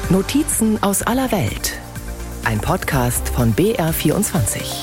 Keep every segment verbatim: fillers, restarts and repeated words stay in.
Notizen aus aller Welt. Ein Podcast von B R vierundzwanzig.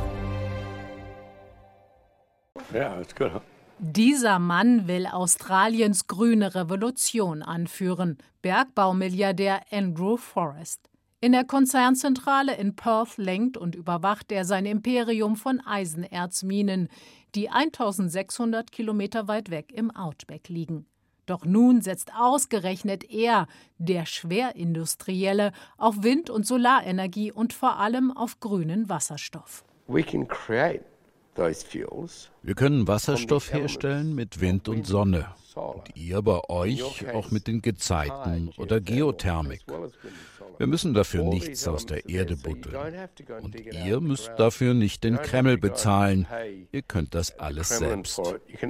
Yeah, that's good, huh? Dieser Mann will Australiens grüne Revolution anführen, Bergbaumilliardär Andrew Forrest. In der Konzernzentrale in Perth lenkt und überwacht er sein Imperium von Eisenerzminen, die eintausendsechshundert Kilometer weit weg im Outback liegen. Doch nun setzt ausgerechnet er, der Schwerindustrielle, auf Wind- und Solarenergie und vor allem auf grünen Wasserstoff. We can create those fuels. Wir können Wasserstoff herstellen mit Wind und Sonne. Und ihr bei euch auch mit den Gezeiten oder Geothermik. Wir müssen dafür nichts aus der Erde buddeln. Und ihr müsst dafür nicht den Kreml bezahlen. Ihr könnt das alles selbst.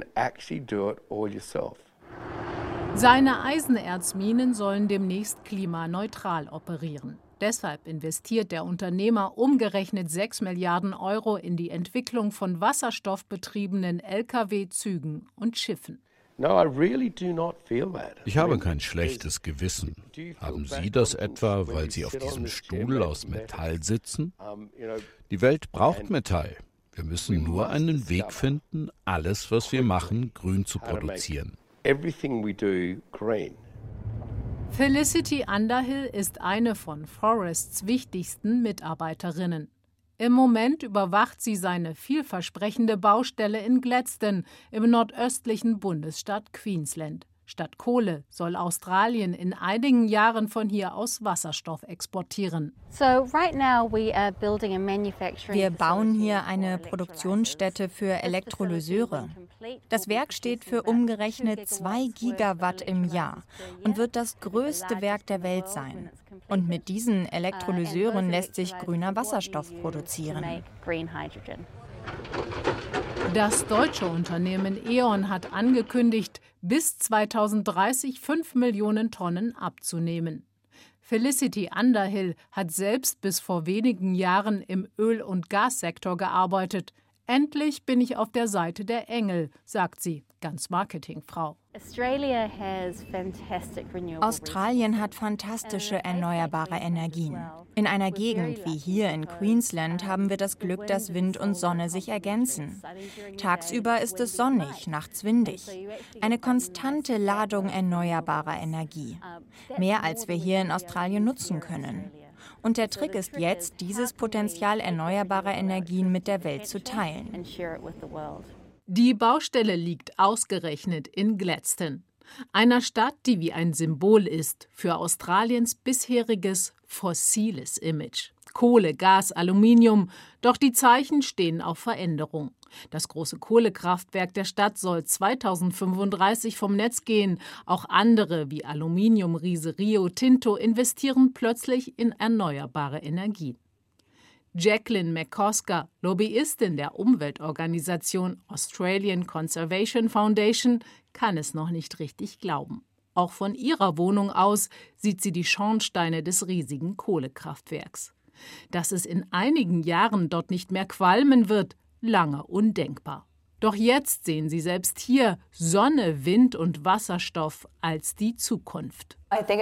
Seine Eisenerzminen sollen demnächst klimaneutral operieren. Deshalb investiert der Unternehmer umgerechnet sechs Milliarden Euro in die Entwicklung von wasserstoffbetriebenen L K W, Zügen und Schiffen. Ich habe kein schlechtes Gewissen. Haben Sie das etwa, weil Sie auf diesem Stuhl aus Metall sitzen? Die Welt braucht Metall. Wir müssen nur einen Weg finden, alles, was wir machen, grün zu produzieren. Felicity Underhill ist eine von Forrests wichtigsten Mitarbeiterinnen. Im Moment überwacht sie seine vielversprechende Baustelle in Gladstone im nordöstlichen Bundesstaat Queensland. Statt Kohle soll Australien in einigen Jahren von hier aus Wasserstoff exportieren. Wir bauen hier eine Produktionsstätte für Elektrolyseure. Das Werk steht für umgerechnet zwei Gigawatt im Jahr und wird das größte Werk der Welt sein. Und mit diesen Elektrolyseuren lässt sich grüner Wasserstoff produzieren. Das deutsche Unternehmen E.ON hat angekündigt, bis zweitausenddreißig fünf Millionen Tonnen abzunehmen. Felicity Underhill hat selbst bis vor wenigen Jahren im Öl- und Gassektor gearbeitet. Endlich bin ich auf der Seite der Engel, sagt sie, ganz Marketingfrau. Australien hat fantastische erneuerbare Energien. In einer Gegend wie hier in Queensland haben wir das Glück, dass Wind und Sonne sich ergänzen. Tagsüber ist es sonnig, nachts windig. Eine konstante Ladung erneuerbarer Energie. Mehr als wir hier in Australien nutzen können. Und der Trick ist jetzt, dieses Potenzial erneuerbarer Energien mit der Welt zu teilen. Die Baustelle liegt ausgerechnet in Gladstone, einer Stadt, die wie ein Symbol ist für Australiens bisheriges fossiles Image. Kohle, Gas, Aluminium, doch die Zeichen stehen auf Veränderung. Das große Kohlekraftwerk der Stadt soll zweitausendfünfunddreißig vom Netz gehen. Auch andere wie Aluminiumriese Rio Tinto investieren plötzlich in erneuerbare Energien. Jacqueline McCosker, Lobbyistin der Umweltorganisation Australian Conservation Foundation, kann es noch nicht richtig glauben. Auch von ihrer Wohnung aus sieht sie die Schornsteine des riesigen Kohlekraftwerks. Dass es in einigen Jahren dort nicht mehr qualmen wird, lange undenkbar. Doch jetzt sehen sie selbst hier Sonne, Wind und Wasserstoff als die Zukunft.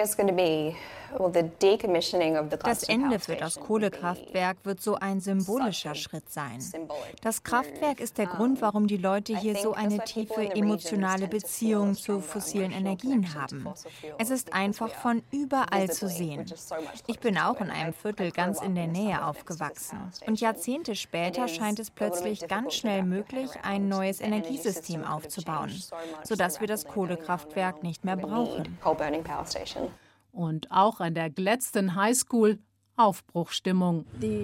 Das Ende für das Kohlekraftwerk wird so ein symbolischer Schritt sein. Das Kraftwerk ist der Grund, warum die Leute hier so eine tiefe emotionale Beziehung zu fossilen Energien haben. Es ist einfach von überall zu sehen. Ich bin auch in einem Viertel ganz in der Nähe aufgewachsen. Und Jahrzehnte später scheint es plötzlich ganz schnell möglich, ein neues Energiesystem aufzubauen, sodass wir das Kohlekraftwerk nicht mehr brauchen. Und auch an der Gladstone High School Aufbruchstimmung.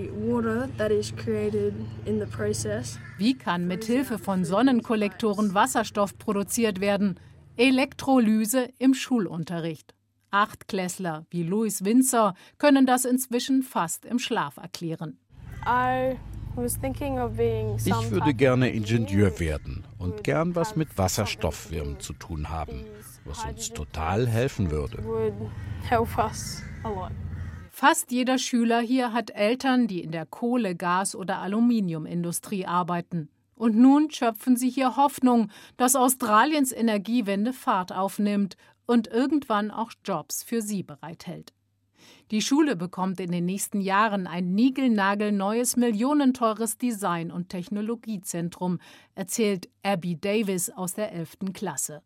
Wie kann mithilfe von Sonnenkollektoren Wasserstoff produziert werden? Elektrolyse im Schulunterricht. Achtklässler wie Louis Windsor können das inzwischen fast im Schlaf erklären. Ich würde gerne Ingenieur werden und gern was mit Wasserstoffwirren zu tun haben, was uns total helfen würde. Fast jeder Schüler hier hat Eltern, die in der Kohle-, Gas- oder Aluminiumindustrie arbeiten. Und nun schöpfen sie hier Hoffnung, dass Australiens Energiewende Fahrt aufnimmt und irgendwann auch Jobs für sie bereithält. Die Schule bekommt in den nächsten Jahren ein niegelnagelneues, millionenteures Design- und Technologiezentrum, erzählt Abby Davis aus der elften Klasse.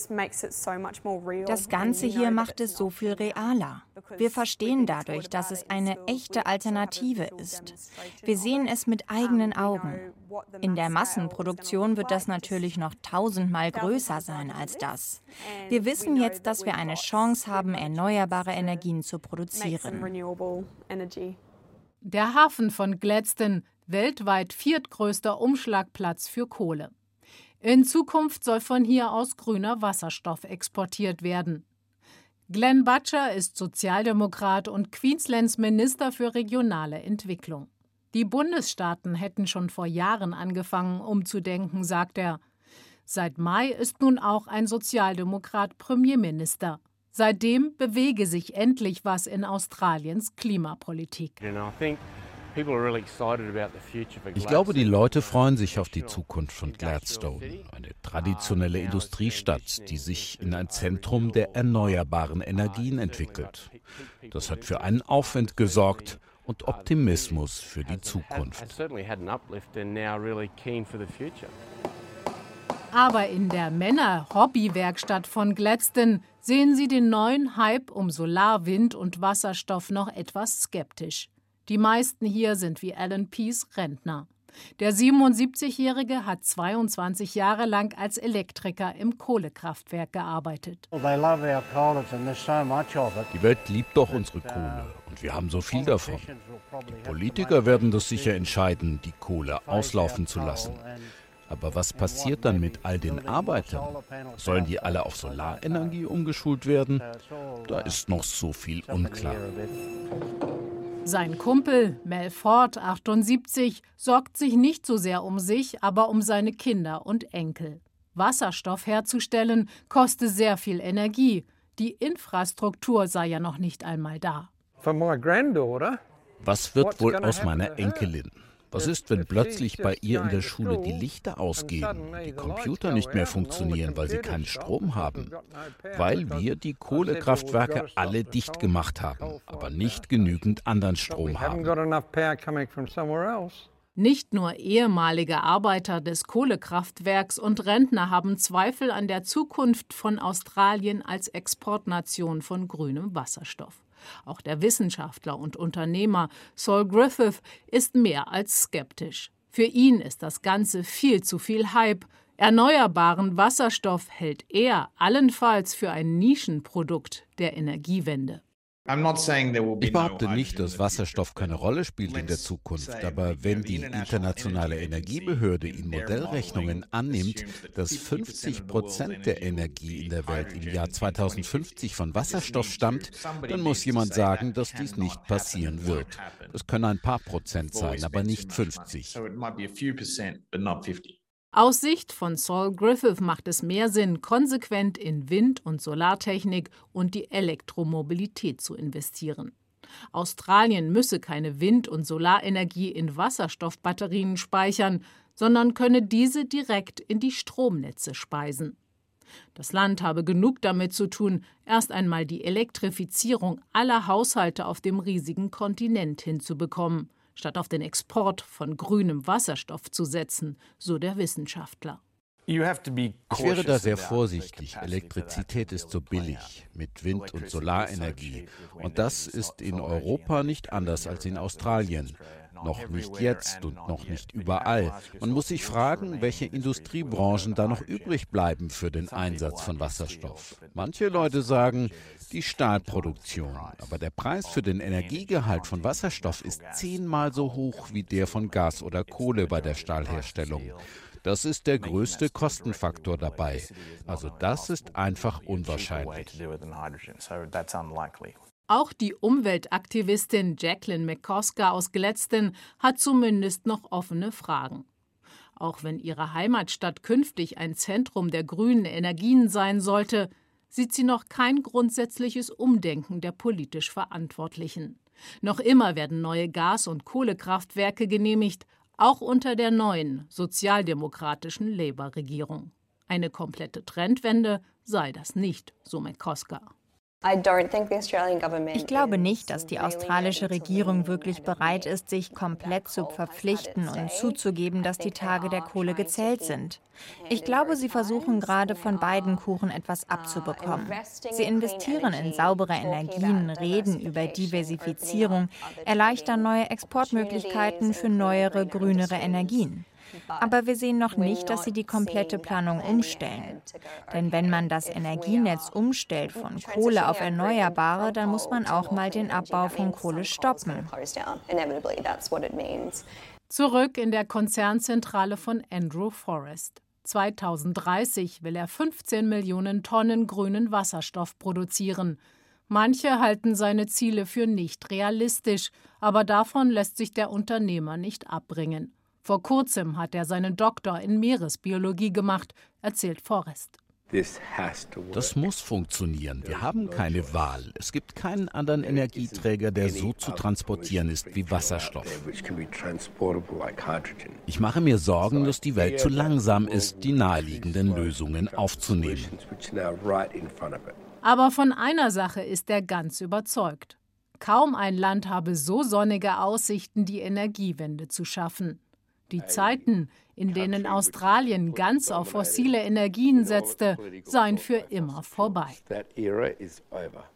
Das Ganze hier macht es so viel realer. Wir verstehen dadurch, dass es eine echte Alternative ist. Wir sehen es mit eigenen Augen. In der Massenproduktion wird das natürlich noch tausendmal größer sein als das. Wir wissen jetzt, dass wir eine Chance haben, erneuerbare Energien zu produzieren. Der Hafen von Gladstone, weltweit viertgrößter Umschlagplatz für Kohle. In Zukunft soll von hier aus grüner Wasserstoff exportiert werden. Glenn Butcher ist Sozialdemokrat und Queenslands Minister für regionale Entwicklung. Die Bundesstaaten hätten schon vor Jahren angefangen, umzudenken, sagt er. Seit Mai ist nun auch ein Sozialdemokrat Premierminister. Seitdem bewege sich endlich was in Australiens Klimapolitik. Ich glaube, die Leute freuen sich auf die Zukunft von Gladstone, eine traditionelle Industriestadt, die sich in ein Zentrum der erneuerbaren Energien entwickelt. Das hat für einen Aufwind gesorgt und Optimismus für die Zukunft. Aber in der Männer-Hobby-Werkstatt von Gladstone sehen sie den neuen Hype um Solar, Wind und Wasserstoff noch etwas skeptisch. Die meisten hier sind wie Alan Pease Rentner. Der siebenundsiebzigjährige hat zweiundzwanzig Jahre lang als Elektriker im Kohlekraftwerk gearbeitet. Die Welt liebt doch unsere Kohle und wir haben so viel davon. Die Politiker werden das sicher entscheiden, die Kohle auslaufen zu lassen. Aber was passiert dann mit all den Arbeitern? Sollen die alle auf Solarenergie umgeschult werden? Da ist noch so viel unklar. Sein Kumpel Mel Ford, achtundsiebzig, sorgt sich nicht so sehr um sich, aber um seine Kinder und Enkel. Wasserstoff herzustellen koste sehr viel Energie. Die Infrastruktur sei ja noch nicht einmal da. Was wird wohl aus meiner Enkelin? Was ist, wenn plötzlich bei ihr in der Schule die Lichter ausgehen, die Computer nicht mehr funktionieren, weil sie keinen Strom haben? Weil wir die Kohlekraftwerke alle dicht gemacht haben, aber nicht genügend anderen Strom haben. Nicht nur ehemalige Arbeiter des Kohlekraftwerks und Rentner haben Zweifel an der Zukunft von Australien als Exportnation von grünem Wasserstoff. Auch der Wissenschaftler und Unternehmer Saul Griffith ist mehr als skeptisch. Für ihn ist das Ganze viel zu viel Hype. Erneuerbaren Wasserstoff hält er allenfalls für ein Nischenprodukt der Energiewende. Ich behaupte nicht, dass Wasserstoff keine Rolle spielt in der Zukunft, aber wenn die Internationale Energiebehörde in Modellrechnungen annimmt, dass fünfzig Prozent der Energie in der Welt im Jahr zweitausendfünfzig von Wasserstoff stammt, dann muss jemand sagen, dass dies nicht passieren wird. Es können ein paar Prozent sein, aber nicht fünfzig. Aus Sicht von Saul Griffith macht es mehr Sinn, konsequent in Wind- und Solartechnik und die Elektromobilität zu investieren. Australien müsse keine Wind- und Solarenergie in Wasserstoffbatterien speichern, sondern könne diese direkt in die Stromnetze speisen. Das Land habe genug damit zu tun, erst einmal die Elektrifizierung aller Haushalte auf dem riesigen Kontinent hinzubekommen, statt auf den Export von grünem Wasserstoff zu setzen, so der Wissenschaftler. Ich wäre da sehr vorsichtig. Elektrizität ist so billig mit Wind- und Solarenergie. Und das ist in Europa nicht anders als in Australien. Noch nicht jetzt und noch nicht überall. Man muss sich fragen, welche Industriebranchen da noch übrig bleiben für den Einsatz von Wasserstoff. Manche Leute sagen, die Stahlproduktion. Aber der Preis für den Energiegehalt von Wasserstoff ist zehnmal so hoch wie der von Gas oder Kohle bei der Stahlherstellung. Das ist der größte Kostenfaktor dabei. Also das ist einfach unwahrscheinlich. Auch die Umweltaktivistin Jacqueline McCosker aus Gladstone hat zumindest noch offene Fragen. Auch wenn ihre Heimatstadt künftig ein Zentrum der grünen Energien sein sollte, sieht sie noch kein grundsätzliches Umdenken der politisch Verantwortlichen. Noch immer werden neue Gas- und Kohlekraftwerke genehmigt, auch unter der neuen sozialdemokratischen Labour-Regierung. Eine komplette Trendwende sei das nicht, so McCosker. Ich glaube nicht, dass die australische Regierung wirklich bereit ist, sich komplett zu verpflichten und zuzugeben, dass die Tage der Kohle gezählt sind. Ich glaube, sie versuchen gerade von beiden Kuchen etwas abzubekommen. Sie investieren in saubere Energien, reden über Diversifizierung, erleichtern neue Exportmöglichkeiten für neuere, grünere Energien. Aber wir sehen noch nicht, dass sie die komplette Planung umstellen. Denn wenn man das Energienetz umstellt von Kohle auf Erneuerbare, dann muss man auch mal den Abbau von Kohle stoppen. Zurück in der Konzernzentrale von Andrew Forrest. zweitausenddreißig will er fünfzehn Millionen Tonnen grünen Wasserstoff produzieren. Manche halten seine Ziele für nicht realistisch, aber davon lässt sich der Unternehmer nicht abbringen. Vor kurzem hat er seinen Doktor in Meeresbiologie gemacht, erzählt Forrest. Das muss funktionieren. Wir haben keine Wahl. Es gibt keinen anderen Energieträger, der so zu transportieren ist wie Wasserstoff. Ich mache mir Sorgen, dass die Welt zu langsam ist, die naheliegenden Lösungen aufzunehmen. Aber von einer Sache ist er ganz überzeugt. Kaum ein Land habe so sonnige Aussichten, die Energiewende zu schaffen. Die Zeiten, in denen Australien ganz auf fossile Energien setzte, seien für immer vorbei.